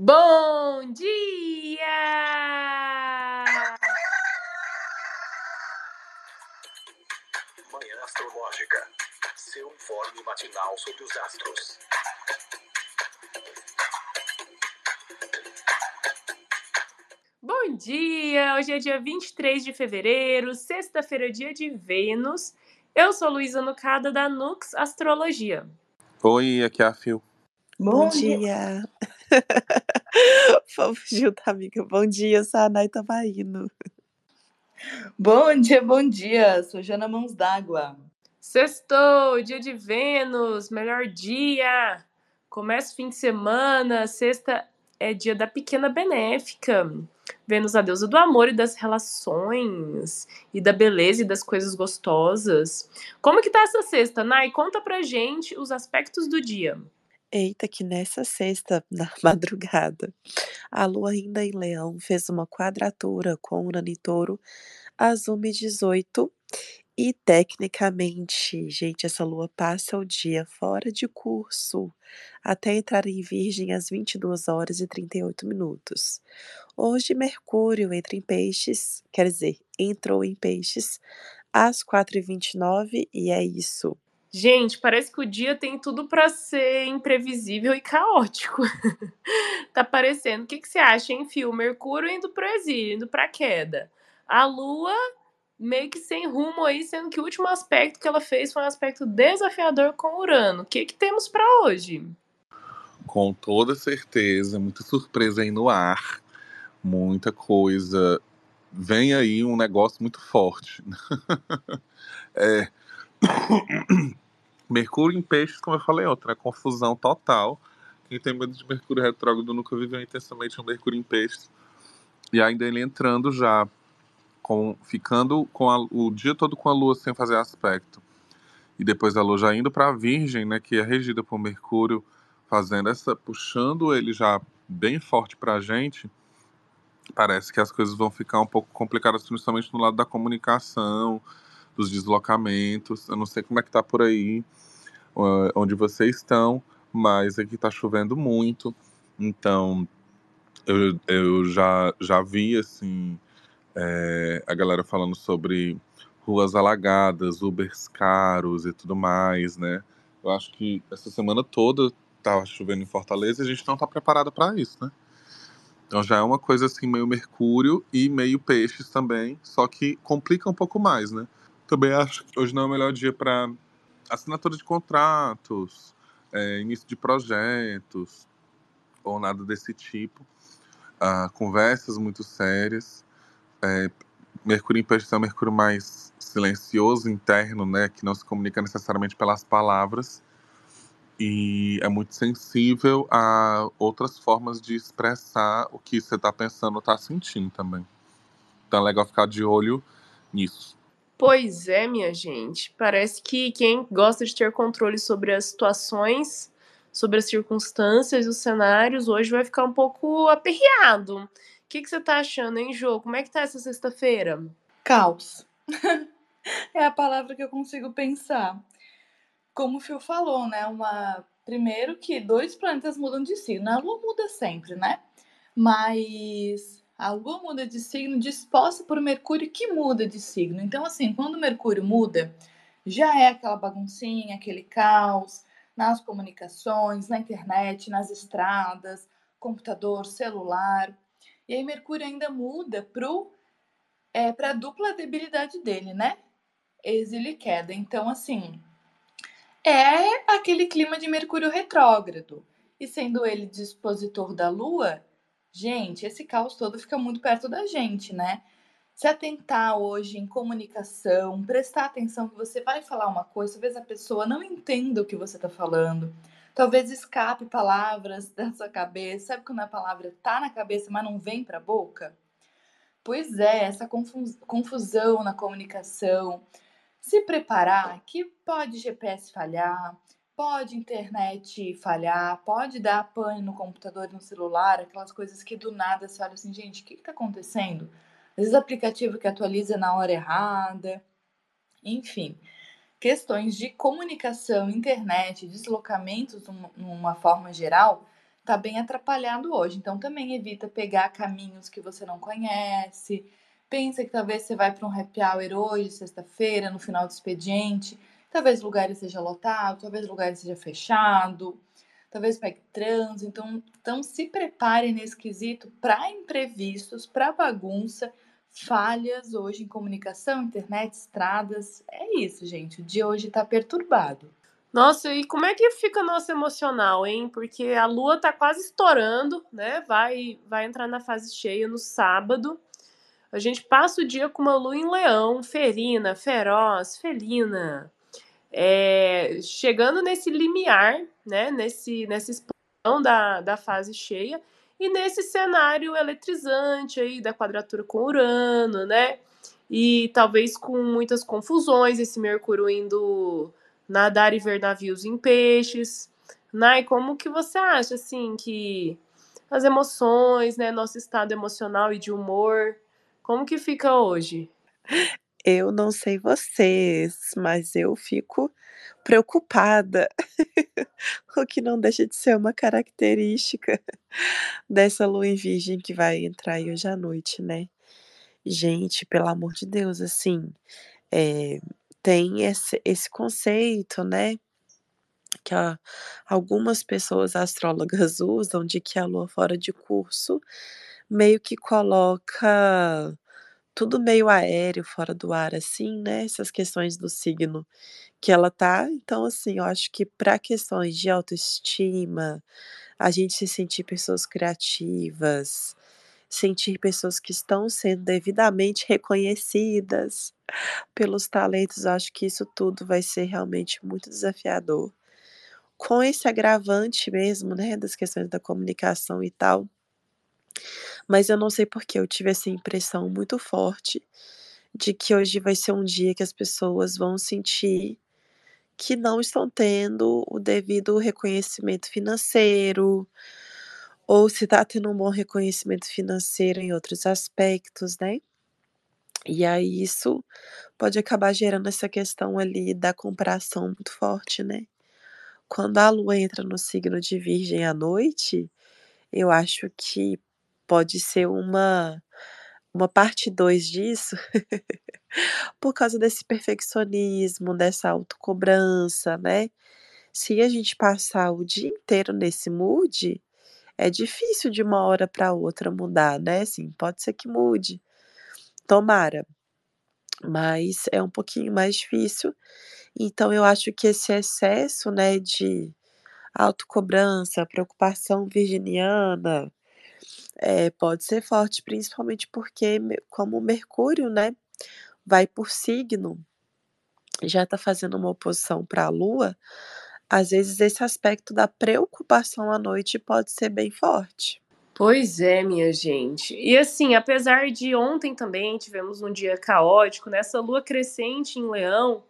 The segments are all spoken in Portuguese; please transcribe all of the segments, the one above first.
Bom dia! Manhã Astrológica, seu informe matinal sobre os astros. Bom dia! Hoje é dia 23 de fevereiro, sexta-feira, dia de Vênus. Eu sou Luísa Nucada, da Nux Astrologia. Oi, aqui é a Fio. Bom dia. Vamos junto, amiga. Bom dia, eu sou a Nay Tavaino. Bom dia. Sou Jana Mãos d'Água. Sextou, dia de Vênus, melhor dia. Começa o fim de semana, sexta é dia da pequena benéfica. Vênus, a deusa do amor e das relações, e da beleza e das coisas gostosas. Como que tá essa sexta, Nay? Conta pra gente os aspectos do dia. Eita, que nessa sexta, na madrugada, a lua ainda em Leão fez uma quadratura com Urano em Touro às 1h18 e tecnicamente, gente, essa lua passa o dia fora de curso até entrar em Virgem às 22h38. Hoje Mercúrio entra em Peixes, quer dizer, entrou em Peixes às 4h29 e é isso. Gente, parece que o dia tem tudo pra ser imprevisível e caótico. Tá parecendo. O que você acha, hein, Fio? Mercúrio indo pro exílio, indo pra queda. A Lua meio que sem rumo aí, sendo que o último aspecto que ela fez foi um aspecto desafiador com Urano. O que temos pra hoje? Com toda certeza, muita surpresa aí no ar, muita coisa. Vem aí um negócio muito forte. Mercúrio em Peixes, como eu falei, outra confusão total. Quem tem medo de Mercúrio retrógrado nunca viveu intensamente um Mercúrio em Peixes. E ainda ele entrando já, ficando com o dia todo com a Lua sem fazer aspecto. E depois a Lua já indo para a Virgem, né, que é regida por Mercúrio, puxando ele já bem forte pra gente. Parece que as coisas vão ficar um pouco complicadas, principalmente no lado da comunicação, dos deslocamentos. Eu não sei como é que tá por aí, onde vocês estão, mas aqui tá chovendo muito. Então, eu já vi, assim, a galera falando sobre ruas alagadas, Ubers caros e tudo mais, né? Eu acho que essa semana toda tava chovendo em Fortaleza e a gente não tá preparado para isso, né? Então já é uma coisa assim, meio Mercúrio e meio Peixes também, só que complica um pouco mais, né? Também acho que hoje não é o melhor dia para assinatura de contratos, início de projetos, ou nada desse tipo. Conversas muito sérias. Mercúrio em Peixes é um Mercúrio mais silencioso, interno, né? Que não se comunica necessariamente pelas palavras. E é muito sensível a outras formas de expressar o que você tá pensando ou tá sentindo também. Então é legal ficar de olho nisso. Pois é, minha gente. Parece que quem gosta de ter controle sobre as situações, sobre as circunstâncias e os cenários, hoje vai ficar um pouco aperreado. O que você tá achando, hein, Jô? Como é que tá essa sexta-feira? Caos. É a palavra que eu consigo pensar. Como o Phil falou, né? Primeiro que 2 planetas mudam de signo. A Lua muda sempre, né? Mas a Lua muda de signo disposta por Mercúrio que muda de signo. Então, assim, quando o Mercúrio muda, já é aquela baguncinha, aquele caos nas comunicações, na internet, nas estradas, computador, celular. E aí Mercúrio ainda muda para a dupla debilidade dele, né? Exílio e queda. Então, assim, é aquele clima de Mercúrio retrógrado. E sendo ele dispositor da Lua, gente, esse caos todo fica muito perto da gente, né? Se atentar hoje em comunicação, prestar atenção que você vai falar uma coisa, talvez a pessoa não entenda o que você está falando. Talvez escape palavras da sua cabeça. Sabe quando a palavra tá na cabeça, mas não vem para a boca? Pois é, essa confusão na comunicação. Se preparar que pode GPS falhar, pode internet falhar, pode dar pane no computador e no celular, aquelas coisas que do nada você olha assim, gente, o que está acontecendo? Às vezes aplicativo que atualiza na hora errada. Enfim, questões de comunicação, internet, deslocamentos numa forma geral, tá bem atrapalhado hoje. Então também evita pegar caminhos que você não conhece. Pensa que talvez você vai para um happy hour hoje, sexta-feira, no final do expediente. Talvez o lugar esteja lotado, talvez o lugar esteja fechado, talvez pegue trânsito. Então se prepare nesse quesito para imprevistos, para bagunça, falhas hoje em comunicação, internet, estradas. É isso, gente. O dia hoje tá perturbado. Nossa, e como é que fica nosso emocional, hein? Porque a lua tá quase estourando, né? Vai entrar na fase cheia no sábado. A gente passa o dia com uma lua em leão, ferina, feroz, felina. Chegando nesse limiar, né? Nessa explosão da fase cheia. E nesse cenário eletrizante aí da quadratura com Urano, né? E talvez com muitas confusões, esse Mercúrio indo nadar e ver navios em peixes. Nai, como que você acha, assim, que as emoções, né, nosso estado emocional e de humor, como que fica hoje? Eu não sei vocês, mas eu fico preocupada, o que não deixa de ser uma característica dessa lua em virgem que vai entrar aí hoje à noite, né. Gente, pelo amor de Deus, assim, eh, tem esse conceito, né, que algumas pessoas astrólogas usam de que a lua fora de curso meio que coloca tudo meio aéreo, fora do ar, assim, né, essas questões do signo que ela tá. Então, assim, eu acho que para questões de autoestima, a gente se sentir pessoas criativas, sentir pessoas que estão sendo devidamente reconhecidas pelos talentos, eu acho que isso tudo vai ser realmente muito desafiador. Com esse agravante mesmo, né, das questões da comunicação e tal, mas eu não sei por que eu tive essa impressão muito forte de que hoje vai ser um dia que as pessoas vão sentir que não estão tendo o devido reconhecimento financeiro, ou se está tendo um bom reconhecimento financeiro em outros aspectos, né. E aí isso pode acabar gerando essa questão ali da comparação muito forte, né. Quando a lua entra no signo de Virgem à noite, eu acho que pode ser uma parte 2 disso, por causa desse perfeccionismo, dessa autocobrança, né. Se a gente passar o dia inteiro nesse mood, é difícil de uma hora para outra mudar, né, assim, pode ser que mude, tomara, mas é um pouquinho mais difícil. Então eu acho que esse excesso, né, de autocobrança, preocupação virginiana, pode ser forte, principalmente porque como o Mercúrio, né, vai por signo, já está fazendo uma oposição para a Lua, às vezes esse aspecto da preocupação à noite pode ser bem forte. Pois é, minha gente. E assim, apesar de ontem também tivemos um dia caótico, né? Essa lua crescente em Leão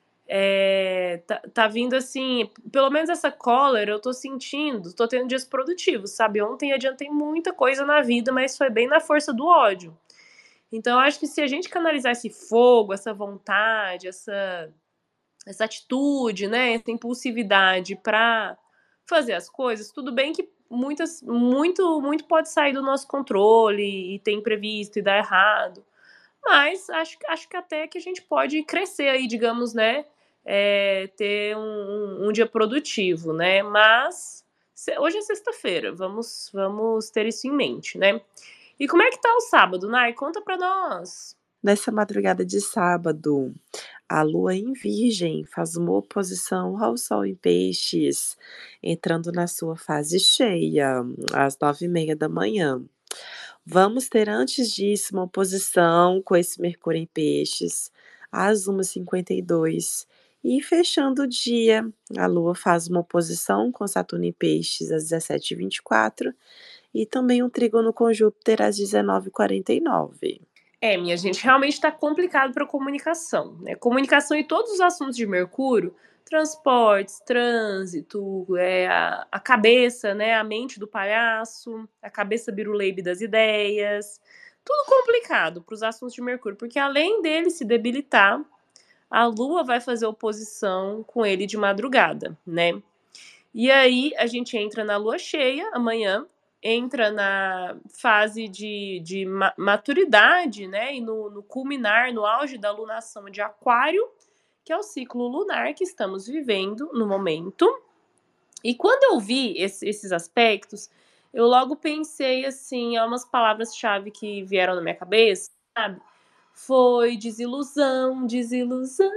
tá vindo assim, pelo menos essa cólera eu tô sentindo, tô tendo dias produtivos, sabe? Ontem adiantei muita coisa na vida, mas foi bem na força do ódio. Então, eu acho que se a gente canalizar esse fogo, essa vontade, essa atitude, né, essa impulsividade para fazer as coisas, tudo bem que muito pode sair do nosso controle e ter imprevisto e dar errado, mas acho que até que a gente pode crescer aí, digamos, né, ter um dia produtivo, né, mas hoje é sexta-feira, vamos ter isso em mente, né. E como é que tá o sábado, Nai? Conta pra nós. Nessa madrugada de sábado, a lua em Virgem faz uma oposição ao sol em Peixes, entrando na sua fase cheia, às 9h30 da manhã. Vamos ter antes disso uma oposição com esse Mercúrio em Peixes, às 1h52. E fechando o dia, a lua faz uma oposição com Saturno em Peixes às 17h24 e também um trígono com Júpiter às 19h49. Minha gente, realmente está complicado para comunicação, né? Comunicação e todos os assuntos de Mercúrio, transportes, trânsito, a cabeça, né? A mente do palhaço, a cabeça biruleibe das ideias, tudo complicado para os assuntos de Mercúrio, porque além dele se debilitar, a Lua vai fazer oposição com ele de madrugada, né? E aí a gente entra na lua cheia amanhã, entra na fase de maturidade, né? E no culminar, no auge da lunação de Aquário, que é o ciclo lunar que estamos vivendo no momento. E quando eu vi esses aspectos, eu logo pensei assim, há umas palavras-chave que vieram na minha cabeça, sabe? Foi desilusão, desilusão.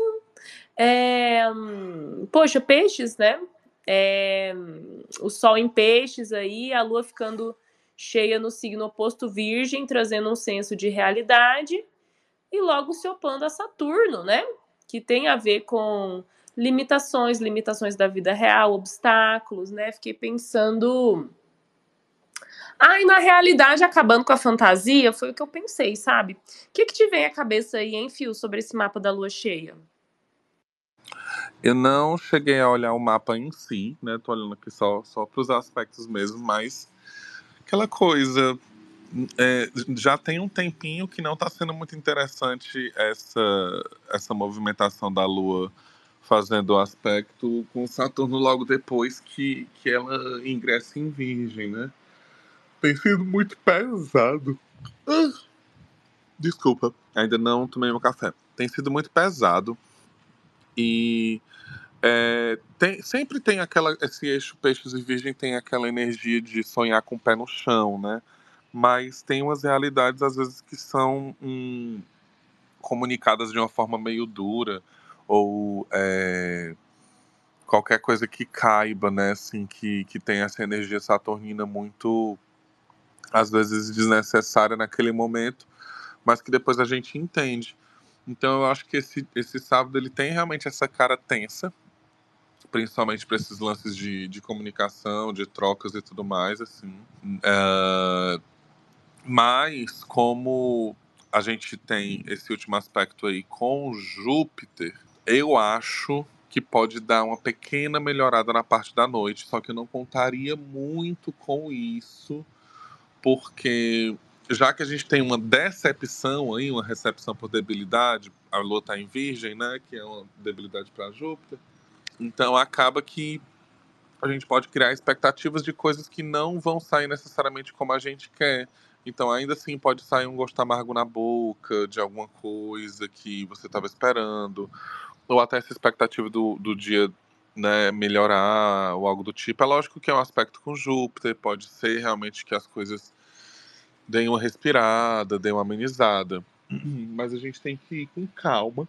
Poxa, peixes, né? O sol em peixes aí, a lua ficando cheia no signo oposto Virgem, trazendo um senso de realidade, e logo se opondo a Saturno, né? Que tem a ver com limitações da vida real, obstáculos, né? Fiquei pensando. E na realidade, acabando com a fantasia, foi o que eu pensei, sabe? O que te vem à cabeça aí, hein, Fio, sobre esse mapa da lua cheia? Eu não cheguei a olhar o mapa em si, né? Tô olhando aqui só para os aspectos mesmo, mas aquela coisa. Já tem um tempinho que não tá sendo muito interessante essa movimentação da Lua fazendo o aspecto com Saturno logo depois que ela ingressa em Virgem, né? Tem sido muito pesado. Desculpa, ainda não tomei meu café. Tem sido muito pesado e sempre tem esse eixo peixes e virgem tem aquela energia de sonhar com o pé no chão, né? Mas tem umas realidades às vezes que são comunicadas de uma forma meio dura ou qualquer coisa que caiba, né? Assim, que tem essa energia saturnina muito às vezes desnecessária naquele momento, mas que depois a gente entende. Então eu acho que esse sábado ele tem realmente essa cara tensa, principalmente para esses lances de comunicação, de trocas e tudo mais, assim. Mas como a gente tem esse último aspecto aí com Júpiter, eu acho que pode dar uma pequena melhorada na parte da noite, só que eu não contaria muito com isso, porque já que a gente tem uma decepção aí, uma recepção por debilidade, a Lua está em Virgem, né, que é uma debilidade para Júpiter, então acaba que a gente pode criar expectativas de coisas que não vão sair necessariamente como a gente quer. Então, ainda assim, pode sair um gosto amargo na boca de alguma coisa que você estava esperando, ou até essa expectativa do dia, né, melhorar ou algo do tipo. É lógico que é um aspecto com Júpiter, pode ser realmente que as coisas deem uma respirada, deem uma amenizada. Mas a gente tem que ir com calma.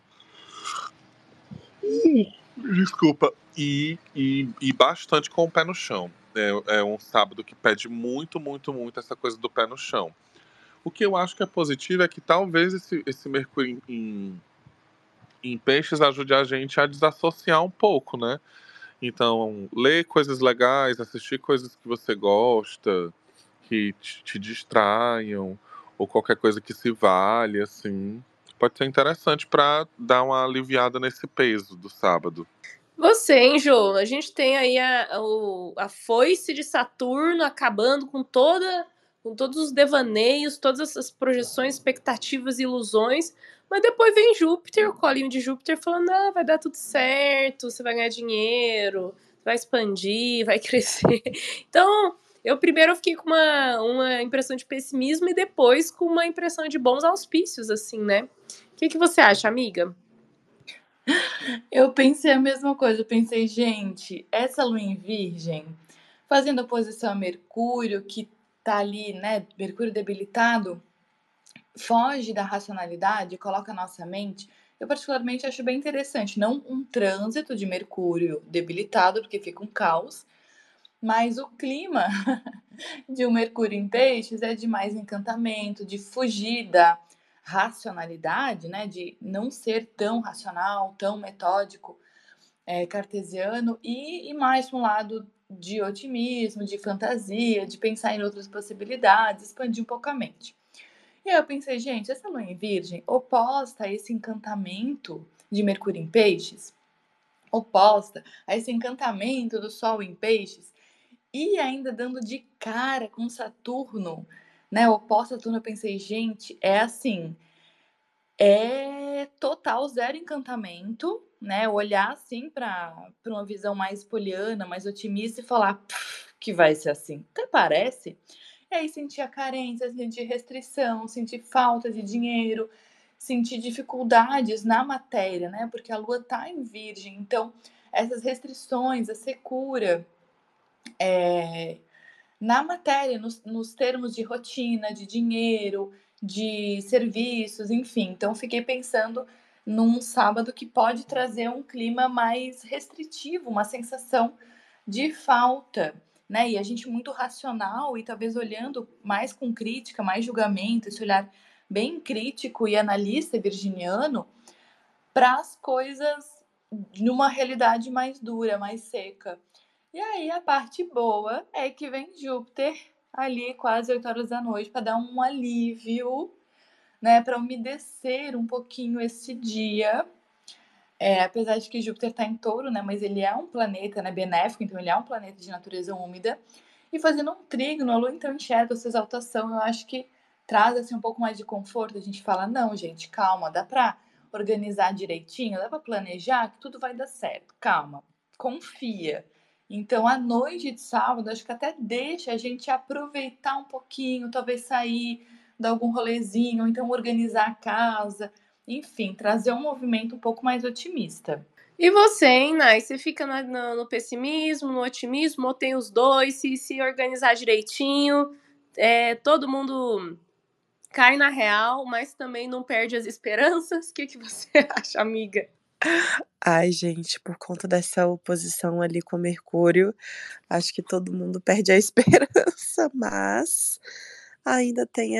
Desculpa. E bastante com o pé no chão. É um sábado que pede muito, muito, muito essa coisa do pé no chão. O que eu acho que é positivo é que talvez esse Mercúrio em peixes ajude a gente a desassociar um pouco, né? Então, ler coisas legais, assistir coisas que você gosta, que te distraiam, ou qualquer coisa que se vale, assim, pode ser interessante para dar uma aliviada nesse peso do sábado. Você, hein, Jô? A gente tem aí a foice de Saturno acabando com todos os devaneios, todas essas projeções, expectativas, ilusões. Mas depois vem Júpiter, o colinho de Júpiter, falando: vai dar tudo certo, você vai ganhar dinheiro, vai expandir, vai crescer. Então, eu primeiro fiquei com uma impressão de pessimismo e depois com uma impressão de bons auspícios, assim, né? O que você acha, amiga? Eu pensei a mesma coisa. Eu pensei, gente, essa lua em Virgem, fazendo oposição a Mercúrio, que tá ali, né? Mercúrio debilitado, foge da racionalidade, coloca a nossa mente. Eu, particularmente, acho bem interessante. Não um trânsito de Mercúrio debilitado, porque fica um caos, mas o clima de um Mercúrio em Peixes é de mais encantamento, de fugir da racionalidade, né? De não ser tão racional, tão metódico, cartesiano, e mais para um lado de otimismo, de fantasia, de pensar em outras possibilidades, expandir um pouco a mente. E aí eu pensei, gente, essa lua em Virgem, oposta a esse encantamento de Mercúrio em Peixes, oposta a esse encantamento do Sol em Peixes, e ainda dando de cara com Saturno, né? Oposta a Saturno, eu pensei, gente, é assim, é total zero encantamento, né? Olhar assim para uma visão mais poliana, mais otimista e falar que vai ser assim. Até parece. E aí sentir a carência, sentir restrição, sentir falta de dinheiro, sentir dificuldades na matéria, né? Porque a lua tá em Virgem, então essas restrições, a secura, na matéria, nos termos de rotina, de dinheiro, de serviços, enfim. Então, fiquei pensando num sábado que pode trazer um clima mais restritivo, uma sensação de falta, né? E a gente muito racional e talvez olhando mais com crítica, mais julgamento, esse olhar bem crítico e analista virginiano para as coisas numa realidade mais dura, mais seca. E aí a parte boa é que vem Júpiter ali quase 8 horas da noite para dar um alívio, né, para umedecer um pouquinho esse dia. Apesar de que Júpiter está em Touro, né, mas ele é um planeta, né, benéfico, então ele é um planeta de natureza úmida. E fazendo um trígono, a Lua então enxerga essa exaltação, eu acho que traz assim um pouco mais de conforto. A gente fala, não, gente, calma, dá para organizar direitinho, dá para planejar que tudo vai dar certo. Calma, confia. Então, a noite de sábado, acho que até deixa a gente aproveitar um pouquinho, talvez sair, dar algum rolezinho, ou então organizar a casa, enfim, trazer um movimento um pouco mais otimista. E você, hein, Nai? Você fica no pessimismo, no otimismo, ou tem os dois? Se organizar direitinho, todo mundo cai na real, mas também não perde as esperanças? O que você acha, amiga? Ai, gente, por conta dessa oposição ali com Mercúrio, acho que todo mundo perde a esperança, mas ainda tem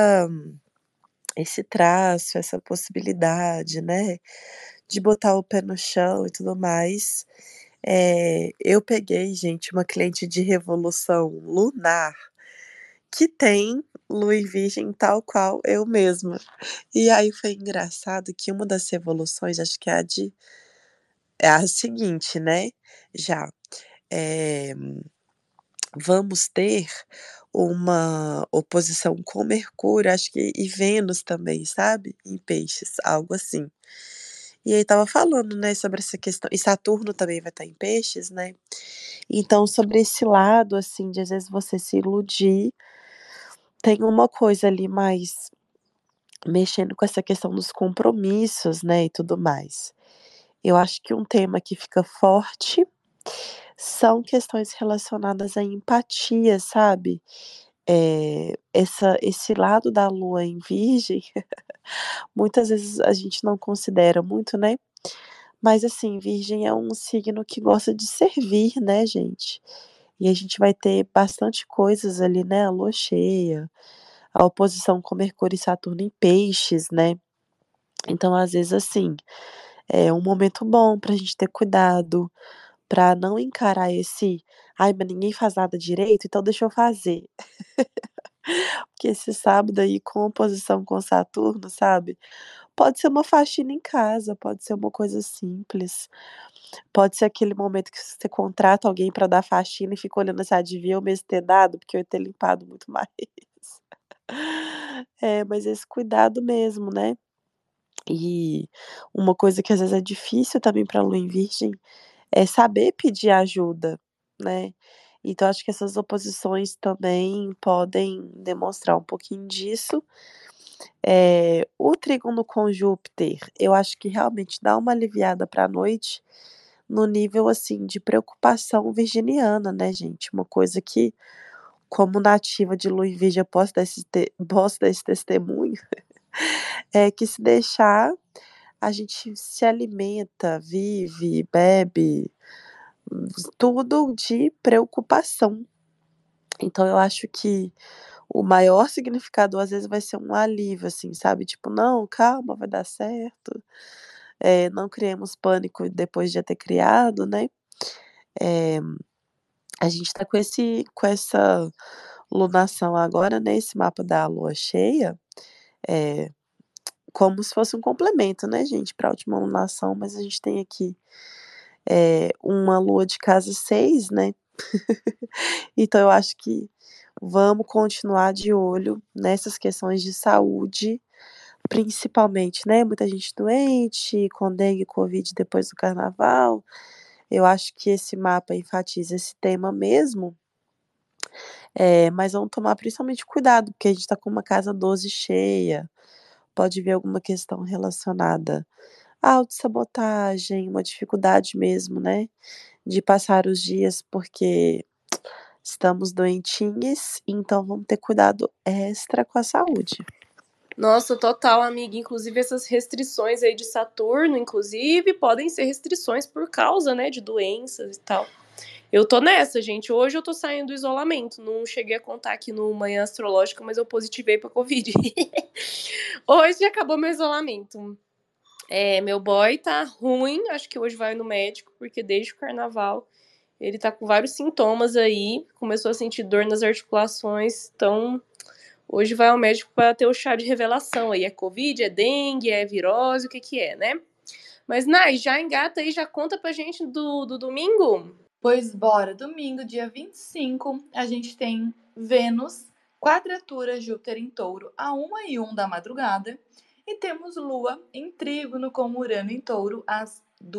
esse traço, essa possibilidade, né, de botar o pé no chão e tudo mais. Eu peguei, gente, uma cliente de revolução lunar que tem lua em Virgem tal qual eu mesma. E aí foi engraçado que uma das revoluções, acho que é a seguinte, né, já, eh, vamos ter uma oposição com Mercúrio, acho que e Vênus também, sabe, em Peixes, algo assim. E aí estava falando, né, sobre essa questão e Saturno também vai estar em Peixes, né, então sobre esse lado, assim, de às vezes você se iludir, tem uma coisa ali mais mexendo com essa questão dos compromissos, né, e tudo mais. Eu acho que um tema que fica forte são questões relacionadas à empatia, sabe. Esse lado da lua em Virgem, muitas vezes a gente não considera muito, né, mas assim, Virgem é um signo que gosta de servir, né, gente. E a gente vai ter bastante coisas ali, né, a lua cheia, a oposição com Mercúrio e Saturno em Peixes, né. Então, às vezes, assim, é um momento bom pra gente ter cuidado, pra não encarar esse: "Ai, mas ninguém faz nada direito, então deixa eu fazer". Porque esse sábado aí com oposição com Saturno, sabe, pode ser uma faxina em casa, pode ser uma coisa simples, pode ser aquele momento que você contrata alguém pra dar faxina e fica olhando se adivinha eu mesmo ter dado, porque eu ia ter limpado muito mais. Mas esse cuidado mesmo, né. E uma coisa que às vezes é difícil também pra lua em Virgem, é saber pedir ajuda, né. Então acho que essas oposições também podem demonstrar um pouquinho disso. O trígono com Júpiter, eu acho que realmente dá uma aliviada pra noite, no nível, assim, de preocupação virginiana, né, gente, uma coisa que, como nativa de lua em Virgem, eu posso dar esse testemunho, é que se deixar, a gente se alimenta, vive, bebe, tudo de preocupação. Então eu acho que o maior significado, às vezes, vai ser um alívio, assim, sabe, tipo: "Não, calma, vai dar certo". Não criemos pânico depois de já ter criado, né. Eh, a gente tá com essa lunação agora, né, esse mapa da lua cheia, eh, como se fosse um complemento, né, gente, pra última lunação, mas a gente tem aqui, uma lua de casa 6, né. Então eu acho que vamos continuar de olho nessas questões de saúde, principalmente, né, muita gente doente, com dengue e covid depois do carnaval. Eu acho que esse mapa enfatiza esse tema mesmo, mas vamos tomar principalmente cuidado, porque a gente tá com uma casa 12 cheia, pode vir alguma questão relacionada à autossabotagem, uma dificuldade mesmo, né, de passar os dias, porque estamos doentinhos, então vamos ter cuidado extra com a saúde. Nossa, total, amiga. Inclusive, essas restrições aí de Saturno, inclusive, podem ser restrições por causa, né, de doenças e tal. Eu tô nessa, gente. Hoje eu tô saindo do isolamento. Não cheguei a contar aqui no Manhã Astrológica, mas eu positivei pra Covid. Hoje acabou meu isolamento. Meu boy tá ruim. Acho que hoje vai no médico, porque desde o carnaval ele tá com vários sintomas aí. Começou a sentir dor nas articulações. Então, hoje vai ao médico para ter o chá de revelação aí. É Covid, é dengue, é virose, o que que é, né? Mas, Nai, já engata aí, já conta pra gente do domingo? Pois bora, domingo, dia 25, a gente tem Vênus, quadratura Júpiter em Touro, a 1h01 da madrugada. E temos Lua em trígono com Urano em Touro, às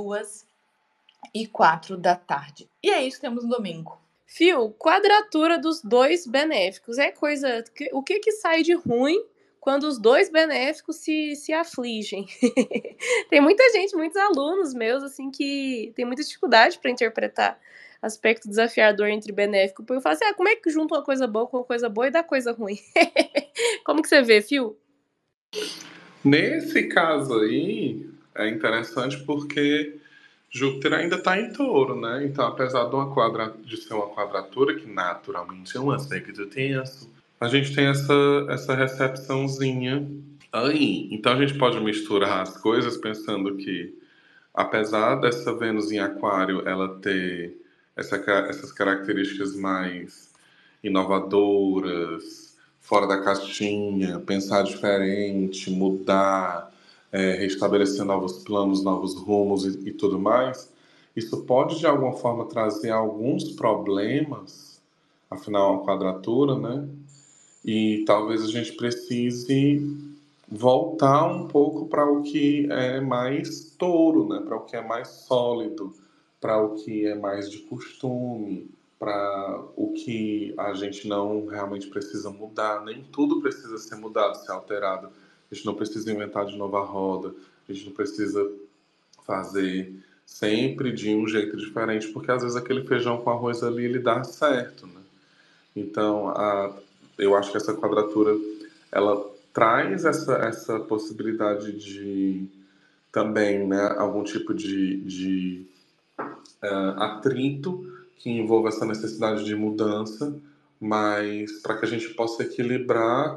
2h04 da tarde. E é isso que temos no domingo. Fio, quadratura dos dois benéficos. É coisa. O que sai de ruim quando os dois benéficos se afligem? Tem muita gente, muitos alunos meus, assim, que tem muita dificuldade para interpretar aspecto desafiador entre benéfico. Porque eu falo assim, como é que junta uma coisa boa com uma coisa boa e dá coisa ruim? Como que você vê, Fio? Nesse caso aí, é interessante porque Júpiter ainda está em touro, né? Então, apesar de ser uma quadratura, que naturalmente é um aspecto tenso, a gente tem essa recepçãozinha aí. Então, a gente pode misturar as coisas pensando que, apesar dessa Vênus em Aquário ela ter essas características mais inovadoras, fora da caixinha, pensar diferente, mudar, restabelecer novos planos, novos rumos e tudo mais, isso pode de alguma forma trazer alguns problemas, afinal é uma quadratura, né? E talvez a gente precise voltar um pouco para o que é mais touro, né? Para o que é mais sólido, para o que é mais de costume, para o que a gente não realmente precisa mudar. Nem tudo precisa ser mudado, ser alterado. A gente não precisa inventar de nova roda, a gente não precisa fazer sempre de um jeito diferente, porque às vezes aquele feijão com arroz ali ele dá certo, né? Então, eu acho que essa quadratura ela traz essa possibilidade de também, né, algum tipo de atrito que envolva essa necessidade de mudança, mas para que a gente possa equilibrar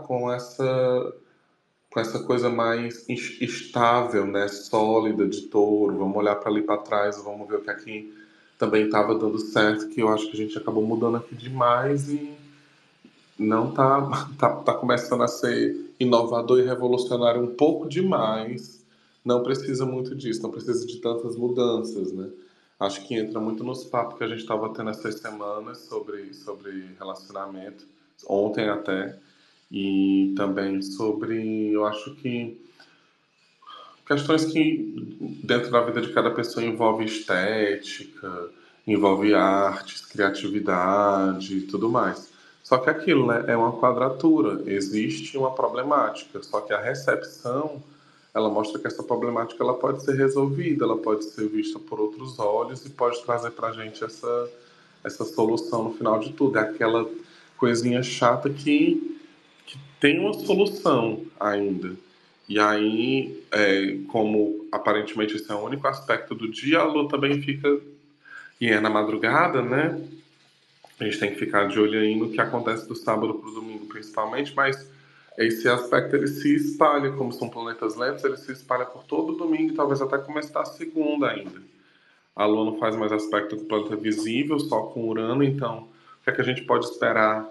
com essa coisa mais estável, né, sólida de touro. Vamos olhar para ali para trás, vamos ver o que aqui também estava dando certo, que eu acho que a gente acabou mudando aqui demais e não tá começando a ser inovador e revolucionário um pouco demais. Não precisa muito disso, não precisa de tantas mudanças, né? Acho que entra muito nos papos que a gente estava tendo essas semanas sobre relacionamento, ontem até, e também sobre, eu acho que questões que dentro da vida de cada pessoa envolve estética, envolve artes, criatividade e tudo mais. Só que aquilo, né, é uma quadratura, existe uma problemática, só que a recepção, ela mostra que essa problemática ela pode ser resolvida, ela pode ser vista por outros olhos e pode trazer pra gente essa solução no final de tudo. É aquela coisinha chata que tem uma solução ainda. E aí, como aparentemente esse é o único aspecto do dia, a lua também fica, e é na madrugada, né? A gente tem que ficar de olho aí no que acontece do sábado para o domingo, principalmente, mas esse aspecto ele se espalha, como são planetas lentos, ele se espalha por todo o domingo e talvez até começar a segunda ainda. A lua não faz mais aspecto com o planeta visível, só com Urano, então o que é que a gente pode esperar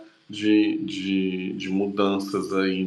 de mudanças aí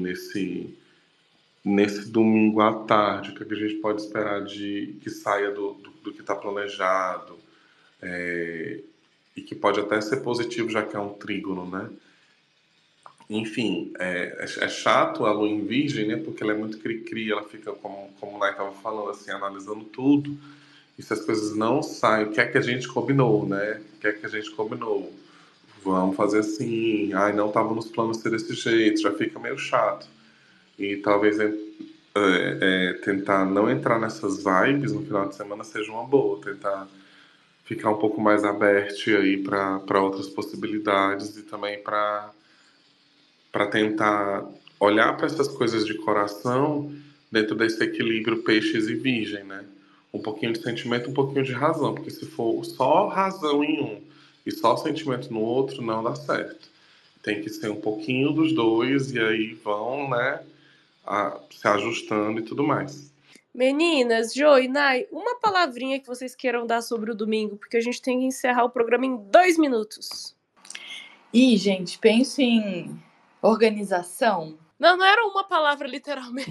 nesse domingo à tarde? O que é que a gente pode esperar de que saia do que está planejado? E que pode até ser positivo, já que é um trígono, né? enfim, é chato a lua em virgem, né? Porque ela é muito cri-cri, ela fica, como o Nai estava falando, assim, analisando tudo. E se as coisas não saem, o que é que a gente combinou, né? O que é que a gente combinou? Vamos fazer assim, ai, não estava nos planos ser desse jeito, já fica meio chato. E talvez tentar não entrar nessas vibes no final de semana seja uma boa, tentar ficar um pouco mais aberto aí para outras possibilidades e também para tentar olhar para essas coisas de coração dentro desse equilíbrio peixes e virgem, né? Um pouquinho de sentimento, um pouquinho de razão, porque se for só razão em um e só sentimento no outro, não dá certo. Tem que ser um pouquinho dos dois e aí vão, né, se ajustando e tudo mais. Meninas, Jo e Nai, uma palavrinha que vocês queiram dar sobre o domingo, porque a gente tem que encerrar o programa em 2 minutos. Ih, gente, penso em organização. Não era uma palavra literalmente.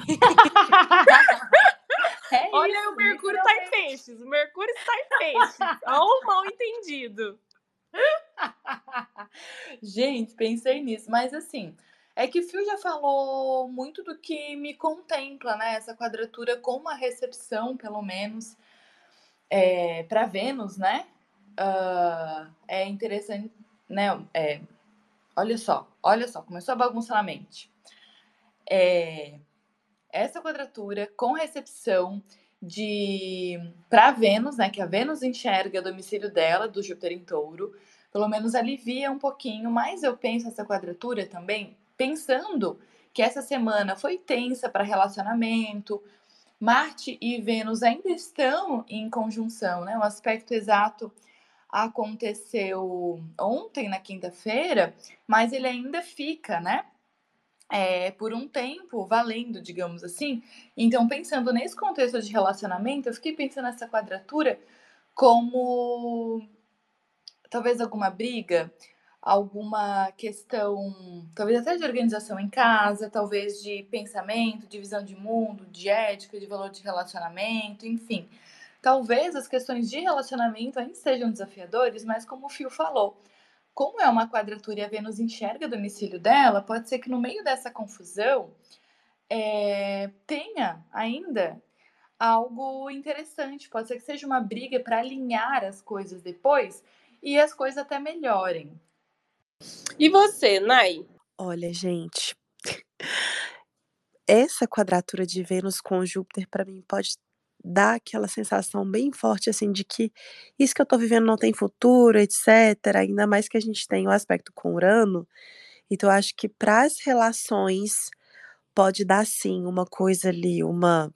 Olha, Isso, o Mercúrio tá em peixes. O Mercúrio está em peixes. Olha o mal entendido. Gente, pensei nisso, mas assim, é que o Phil já falou muito do que me contempla, né? Essa quadratura com uma recepção, pelo menos, para Vênus, né? É interessante, né? Olha só, começou a bagunçar na mente. Essa quadratura com recepção para Vênus, né? Que a Vênus enxerga o domicílio dela, do Júpiter em Touro, pelo menos alivia um pouquinho, mas eu penso essa quadratura também, pensando que essa semana foi tensa para relacionamento, Marte e Vênus ainda estão em conjunção, né? O aspecto exato aconteceu ontem, na quinta-feira, mas ele ainda fica, né? Por um tempo valendo, digamos assim. Então, pensando nesse contexto de relacionamento, eu fiquei pensando nessa quadratura como talvez alguma briga, alguma questão, talvez até de organização em casa, talvez de pensamento, de visão de mundo, de ética, de valor de relacionamento, enfim. Talvez as questões de relacionamento ainda sejam desafiadores, mas como o Fio falou, como é uma quadratura e a Vênus enxerga o domicílio dela, pode ser que no meio dessa confusão tenha ainda algo interessante. Pode ser que seja uma briga para alinhar as coisas depois e as coisas até melhorem. E você, Nai? Olha, gente, essa quadratura de Vênus com Júpiter para mim pode dar aquela sensação bem forte assim de que isso que eu tô vivendo não tem futuro, etc. Ainda mais que a gente tem o aspecto com Urano. Então eu acho que para as relações pode dar sim uma coisa ali, uma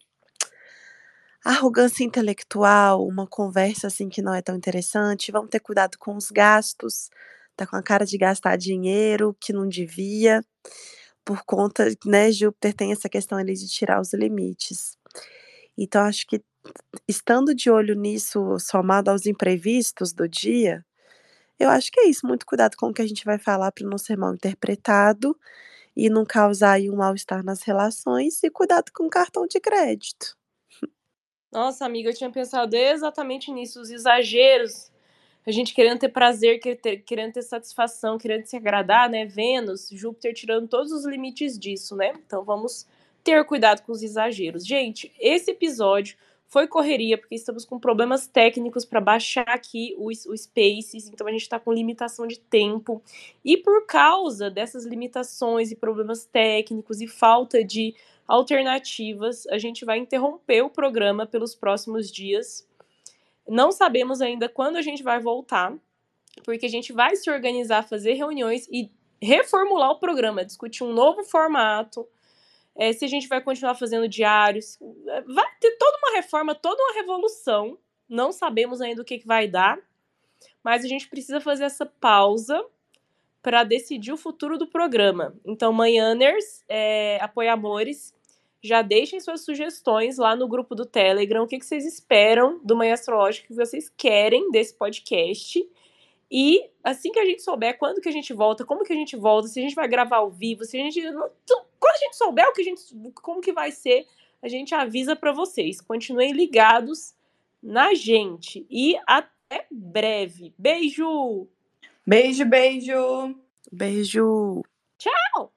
arrogância intelectual, uma conversa assim que não é tão interessante. Vamos ter cuidado com os gastos. Tá com a cara de gastar dinheiro que não devia. Por conta, né, Júpiter tem essa questão ali de tirar os limites. Então acho que estando de olho nisso, somado aos imprevistos do dia, eu acho que é isso, muito cuidado com o que a gente vai falar para não ser mal interpretado e não causar aí um mal-estar nas relações e cuidado com o cartão de crédito. Nossa, amiga, eu tinha pensado exatamente nisso, os exageros. A gente querendo ter prazer, querendo ter satisfação, querendo se agradar, né? Vênus, Júpiter tirando todos os limites disso, né? Então vamos ter cuidado com os exageros. Gente, esse episódio foi correria, porque estamos com problemas técnicos para baixar aqui o Spaces, então a gente está com limitação de tempo. E por causa dessas limitações e problemas técnicos e falta de alternativas, a gente vai interromper o programa pelos próximos dias. Não sabemos ainda quando a gente vai voltar, porque a gente vai se organizar, fazer reuniões e reformular o programa, discutir um novo formato, se a gente vai continuar fazendo diários. Vai ter toda uma reforma, toda uma revolução. Não sabemos ainda o que vai dar, mas a gente precisa fazer essa pausa para decidir o futuro do programa. Então, manhãers, apoiadores, já deixem suas sugestões lá no grupo do Telegram. O que vocês esperam do Manhã Astrológica, que vocês querem desse podcast. E assim que a gente souber quando que a gente volta, como que a gente volta, se a gente vai gravar ao vivo, se a gente... Quando a gente souber como que vai ser, a gente avisa para vocês. Continuem ligados na gente. E até breve. Beijo! Beijo, beijo! Beijo! Tchau!